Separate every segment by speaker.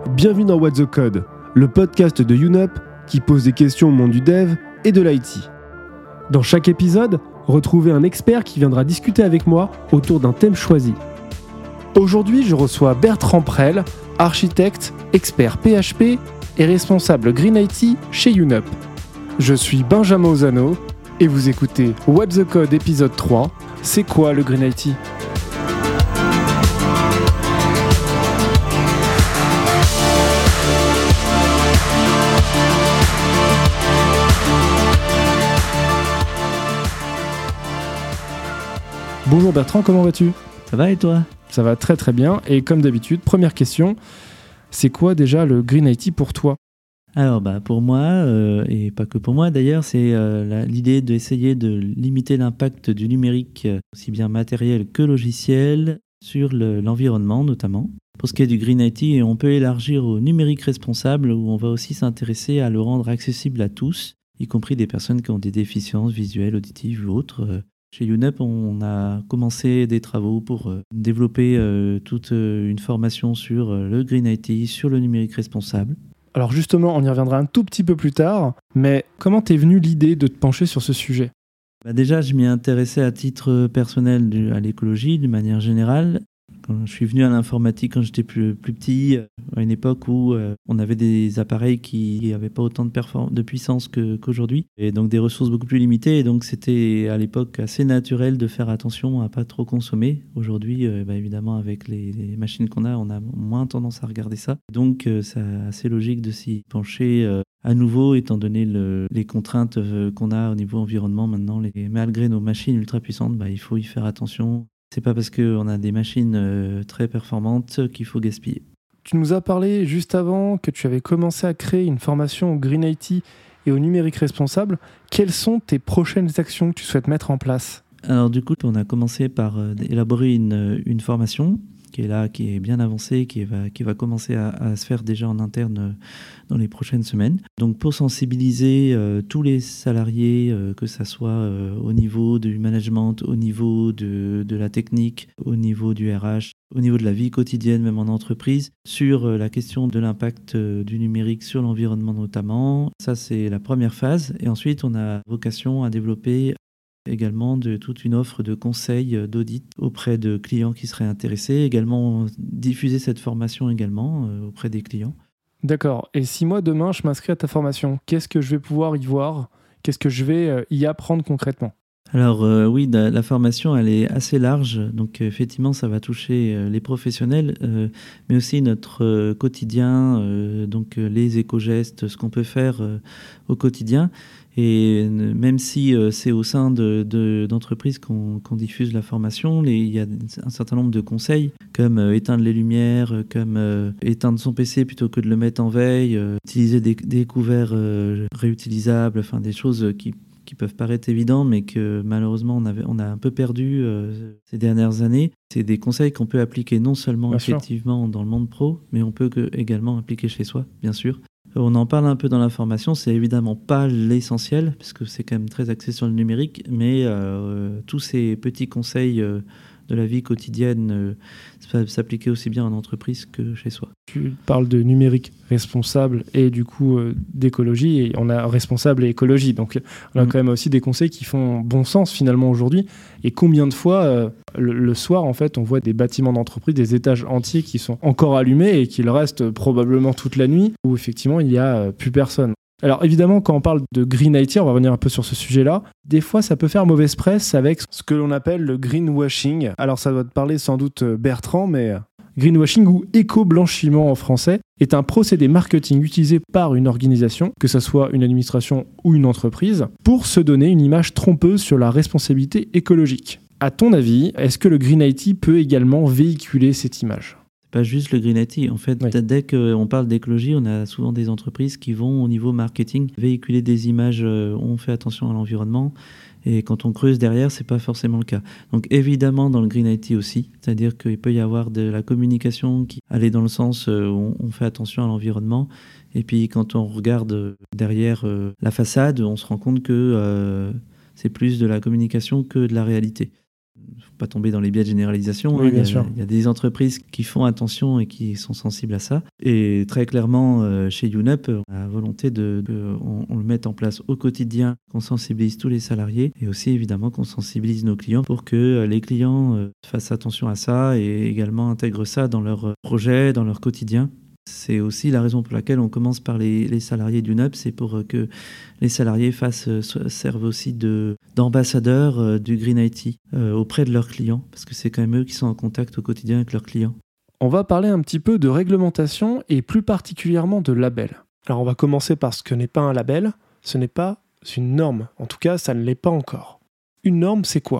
Speaker 1: Bienvenue dans What the Code, le podcast de YouNup qui pose des questions au monde du dev et de l'IT. Dans chaque épisode, retrouvez un expert qui viendra discuter avec moi autour d'un thème choisi. Aujourd'hui, je reçois Bertrand Prel, architecte, expert PHP et responsable Green IT chez YouNup. Je suis Benjamin Ozano et vous écoutez What the Code épisode 3. C'est quoi le Green IT ? Bonjour Bertrand, comment vas-tu ?
Speaker 2: Ça va et toi ?
Speaker 1: Ça va très très bien. Et comme d'habitude, première question, c'est quoi déjà le Green IT pour toi ?
Speaker 2: Alors pour moi, et pas que pour moi d'ailleurs, c'est l'idée d'essayer de limiter l'impact du numérique, aussi bien matériel que logiciel, sur l'environnement notamment. Pour ce qui est du Green IT, on peut élargir au numérique responsable, où on va aussi s'intéresser à le rendre accessible à tous, y compris des personnes qui ont des déficiences visuelles, auditives ou autres. Chez YouNup, on a commencé des travaux pour développer toute une formation sur le Green IT, sur le numérique responsable.
Speaker 1: Alors justement, on y reviendra un tout petit peu plus tard, mais comment t'es venue l'idée de te pencher sur ce sujet ?
Speaker 2: Déjà, je m'y intéressais à titre personnel à l'écologie, d'une manière générale. Quand je suis venu à l'informatique quand j'étais plus petit, à une époque où on avait des appareils qui n'avaient pas autant de puissance qu'aujourd'hui, et donc des ressources beaucoup plus limitées. Et donc c'était à l'époque assez naturel de faire attention à ne pas trop consommer. Aujourd'hui, évidemment, avec les machines qu'on a, on a moins tendance à regarder ça. Donc c'est assez logique de s'y pencher à nouveau, étant donné les contraintes qu'on a au niveau environnement maintenant. Malgré nos machines ultra puissantes, il faut y faire attention. C'est pas parce qu'on a des machines très performantes qu'il faut gaspiller.
Speaker 1: Tu nous as parlé juste avant que tu avais commencé à créer une formation au Green IT et au numérique responsable. Quelles sont tes prochaines actions que tu souhaites mettre en place ?
Speaker 2: Alors du coup, on a commencé par élaborer une formation qui est bien avancée, qui va commencer à se faire déjà en interne dans les prochaines semaines. Donc pour sensibiliser tous les salariés, que ça soit au niveau du management, au niveau de la technique, au niveau du RH, au niveau de la vie quotidienne, même en entreprise, sur la question de l'impact du numérique sur l'environnement notamment. Ça, c'est la première phase. Et ensuite, on a vocation à développer également de toute une offre de conseils, d'audit auprès de clients qui seraient intéressés. Également, diffuser cette formation également auprès des clients.
Speaker 1: D'accord. Et si moi, demain, je m'inscris à ta formation, qu'est-ce que je vais pouvoir y voir ? Qu'est-ce que je vais y apprendre concrètement ?
Speaker 2: Alors oui, la formation, elle est assez large. Donc effectivement, ça va toucher les professionnels, mais aussi notre quotidien, donc les éco-gestes, ce qu'on peut faire au quotidien. Et même si c'est au sein d'entreprises qu'on diffuse la formation, il y a un certain nombre de conseils, comme éteindre les lumières, comme éteindre son PC plutôt que de le mettre en veille, utiliser des couverts réutilisables, enfin des choses qui peuvent paraître évidents, mais que malheureusement on a un peu perdu ces dernières années. C'est des conseils qu'on peut appliquer non seulement effectivement dans le monde pro, mais on peut également appliquer chez soi, bien sûr. On en parle un peu dans la formation, c'est évidemment pas l'essentiel, parce que c'est quand même très axé sur le numérique, mais tous ces petits conseils de la vie quotidienne peuvent s'appliquer aussi bien en entreprise que chez soi.
Speaker 1: Tu parles de numérique responsable et du coup d'écologie, et on a responsable et écologie, donc on a quand même aussi des conseils qui font bon sens finalement aujourd'hui. Et combien de fois le soir en fait on voit des bâtiments d'entreprise, des étages entiers qui sont encore allumés et qu'ils restent probablement toute la nuit, où effectivement il n'y a plus personne. Alors évidemment, quand on parle de Green IT, on va revenir un peu sur ce sujet-là, des fois ça peut faire mauvaise presse avec ce que l'on appelle le greenwashing. Alors ça doit te parler sans doute Bertrand, mais greenwashing ou éco-blanchiment en français est un procédé marketing utilisé par une organisation, que ce soit une administration ou une entreprise, pour se donner une image trompeuse sur la responsabilité écologique. À ton avis, est-ce que le Green IT peut également véhiculer cette image ?
Speaker 2: Pas juste le Green IT. En fait, Dès qu'on parle d'écologie, on a souvent des entreprises qui vont, au niveau marketing, véhiculer des images, on fait attention à l'environnement. Et quand on creuse derrière, c'est pas forcément le cas. Donc évidemment, dans le Green IT aussi, c'est-à-dire qu'il peut y avoir de la communication qui allait dans le sens où on fait attention à l'environnement. Et puis quand on regarde derrière la façade, on se rend compte que c'est plus de la communication que de la réalité. ne faut pas tomber dans les biais de généralisation.
Speaker 1: Oui, bien sûr.
Speaker 2: Il y a des entreprises qui font attention et qui sont sensibles à ça. Et très clairement, chez UNUP, on a la volonté on le mette en place au quotidien, qu'on sensibilise tous les salariés et aussi évidemment qu'on sensibilise nos clients pour que les clients fassent attention à ça et également intègrent ça dans leur projet, dans leur quotidien. C'est aussi la raison pour laquelle on commence par les salariés d'UNUP, c'est pour que les salariés servent aussi d'ambassadeurs du Green IT auprès de leurs clients, parce que c'est quand même eux qui sont en contact au quotidien avec leurs clients.
Speaker 1: On va parler un petit peu de réglementation et plus particulièrement de label. Alors on va commencer par ce que n'est pas un label, ce n'est pas une norme. En tout cas, ça ne l'est pas encore. Une norme, c'est quoi ?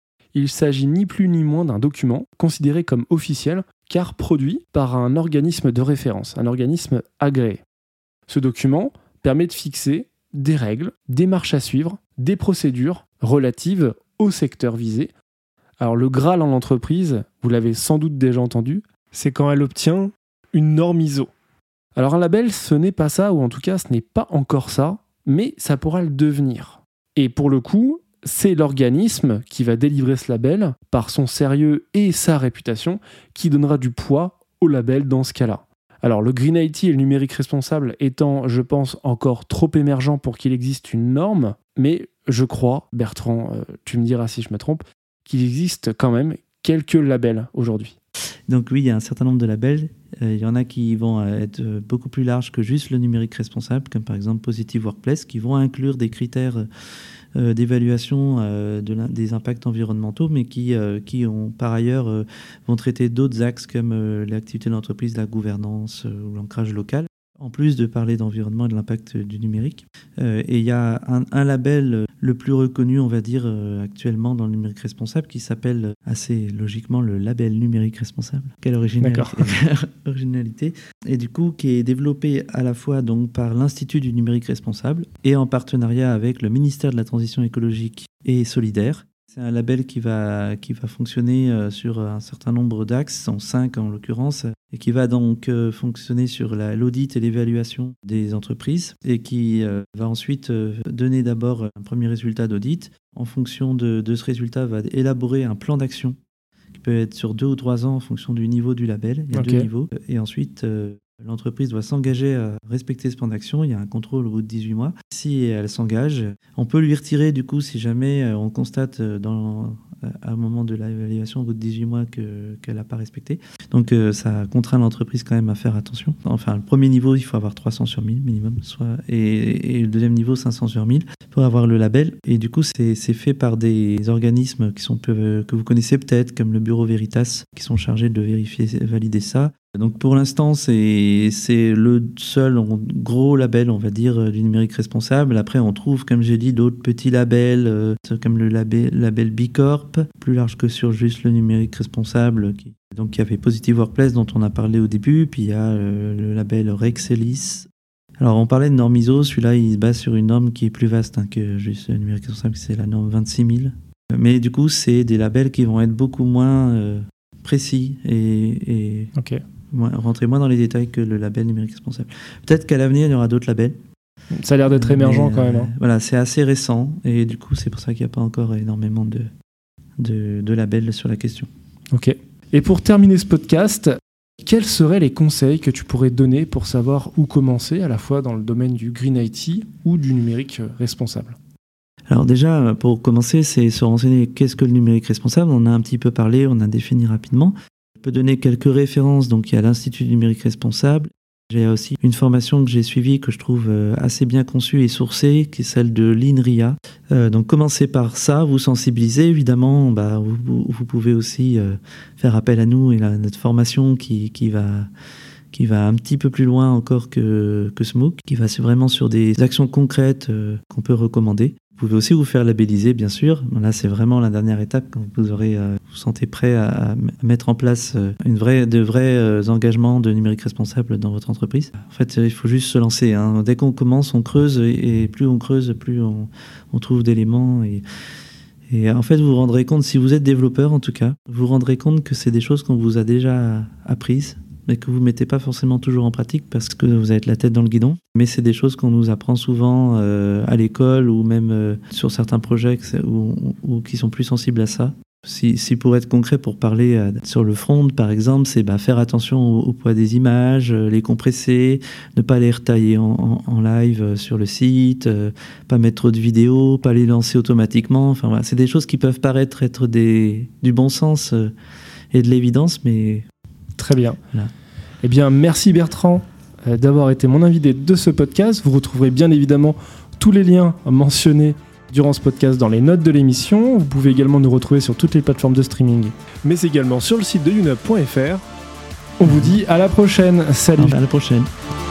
Speaker 1: Il s'agit ni plus ni moins d'un document considéré comme officiel car produit par un organisme de référence, un organisme agréé. Ce document permet de fixer des règles, des marches à suivre, des procédures relatives au secteur visé. Alors le Graal en entreprise, vous l'avez sans doute déjà entendu, c'est quand elle obtient une norme ISO. Alors un label, ce n'est pas ça, ou en tout cas ce n'est pas encore ça, mais ça pourra le devenir. Et pour le coup, c'est l'organisme qui va délivrer ce label, par son sérieux et sa réputation, qui donnera du poids au label dans ce cas-là. Alors le Green IT et le numérique responsable étant, je pense, encore trop émergents pour qu'il existe une norme, mais je crois, Bertrand, tu me diras si je me trompe, qu'il existe quand même quelques labels aujourd'hui.
Speaker 2: Donc oui, il y a un certain nombre de labels. Il y en a qui vont être beaucoup plus larges que juste le numérique responsable, comme par exemple Positive Workplace, qui vont inclure des critères d'évaluation des impacts environnementaux, mais qui ont par ailleurs vont traiter d'autres axes comme l'activité de l'entreprise, la gouvernance ou l'ancrage local. En plus de parler d'environnement et de l'impact du numérique. Et il y a un label le plus reconnu, on va dire, actuellement dans le numérique responsable, qui s'appelle assez logiquement le label numérique responsable. Quelle originalité. Et du coup, qui est développé à la fois donc, par l'Institut du numérique responsable et en partenariat avec le ministère de la Transition écologique et solidaire. C'est un label qui va fonctionner sur un certain nombre d'axes, en 5 en l'occurrence, et qui va donc fonctionner sur l'audit et l'évaluation des entreprises, et qui va ensuite donner d'abord un premier résultat d'audit. En fonction de ce résultat, va élaborer un plan d'action qui peut être sur 2 ou 3 ans en fonction du niveau du label. Il y a 2 niveaux. Et ensuite, l'entreprise doit s'engager à respecter ce plan d'action. Il y a un contrôle au bout de 18 mois. Si elle s'engage, on peut lui retirer du coup si jamais on constate à un moment de l'évaluation au bout de 18 mois qu'elle n'a pas respecté. Donc ça contraint l'entreprise quand même à faire attention. Enfin, le premier niveau, il faut avoir 300 sur 1000 minimum, et le deuxième niveau, 500 sur 1000 pour avoir le label. Et du coup, c'est fait par des organismes que vous connaissez peut-être, comme le Bureau Veritas, qui sont chargés de vérifier, valider ça. Donc pour l'instant, c'est le seul gros label, on va dire, du numérique responsable. Après, on trouve, comme j'ai dit, d'autres petits labels, comme le label B Corp, plus large que sur juste le numérique responsable. Donc il y avait Positive Workplace, dont on a parlé au début, puis il y a le label Rexelis. Alors on parlait de norme ISO, celui-là il se base sur une norme qui est plus vaste que juste le numérique responsable, c'est la norme 26000. Mais du coup, c'est des labels qui vont être beaucoup moins précis et rentrer moins dans les détails que le label numérique responsable. Peut-être qu'à l'avenir, il y aura d'autres labels.
Speaker 1: Ça a l'air d'être émergent quand même.
Speaker 2: Voilà, c'est assez récent et du coup, c'est pour ça qu'il n'y a pas encore énormément de labels sur la question.
Speaker 1: Ok. Et pour terminer ce podcast, quels seraient les conseils que tu pourrais donner pour savoir où commencer, à la fois dans le domaine du Green IT ou du numérique responsable ?
Speaker 2: Alors déjà, pour commencer, c'est se renseigner qu'est-ce que le numérique responsable. On a un petit peu parlé, on a défini rapidement. Je peux donner quelques références. Donc il y a l'Institut du numérique responsable. J'ai aussi une formation que j'ai suivie, que je trouve assez bien conçue et sourcée, qui est celle de l'INRIA. Donc commencez par ça, vous sensibiliser. Évidemment, vous pouvez aussi faire appel à nous et à notre formation qui va un petit peu plus loin encore que ce MOOC, qui va vraiment sur des actions concrètes qu'on peut recommander. Vous pouvez aussi vous faire labelliser, bien sûr. Là, c'est vraiment la dernière étape quand vous vous sentez prêt à mettre en place de vrais engagements de numérique responsable dans votre entreprise. En fait, il faut juste se lancer. Dès qu'on commence, on creuse et plus on creuse, plus on trouve d'éléments. Et en fait, vous vous rendrez compte, si vous êtes développeur en tout cas, vous vous rendrez compte que c'est des choses qu'on vous a déjà apprises, mais que vous ne mettez pas forcément toujours en pratique parce que vous avez la tête dans le guidon. Mais c'est des choses qu'on nous apprend souvent à l'école ou même sur certains projets ou qui sont plus sensibles à ça. Si pour être concret, pour parler sur le front, par exemple, c'est faire attention au poids des images, les compresser, ne pas les retailler en live sur le site, pas mettre trop de vidéos, pas les lancer automatiquement. Enfin, voilà, c'est des choses qui peuvent paraître être du bon sens et de l'évidence, mais...
Speaker 1: Très bien.
Speaker 2: Voilà.
Speaker 1: Eh bien, merci Bertrand d'avoir été mon invité de ce podcast. Vous retrouverez bien évidemment tous les liens mentionnés durant ce podcast dans les notes de l'émission. Vous pouvez également nous retrouver sur toutes les plateformes de streaming, mais également sur le site de younub.fr. On vous dit à la prochaine. Salut.
Speaker 2: À la prochaine.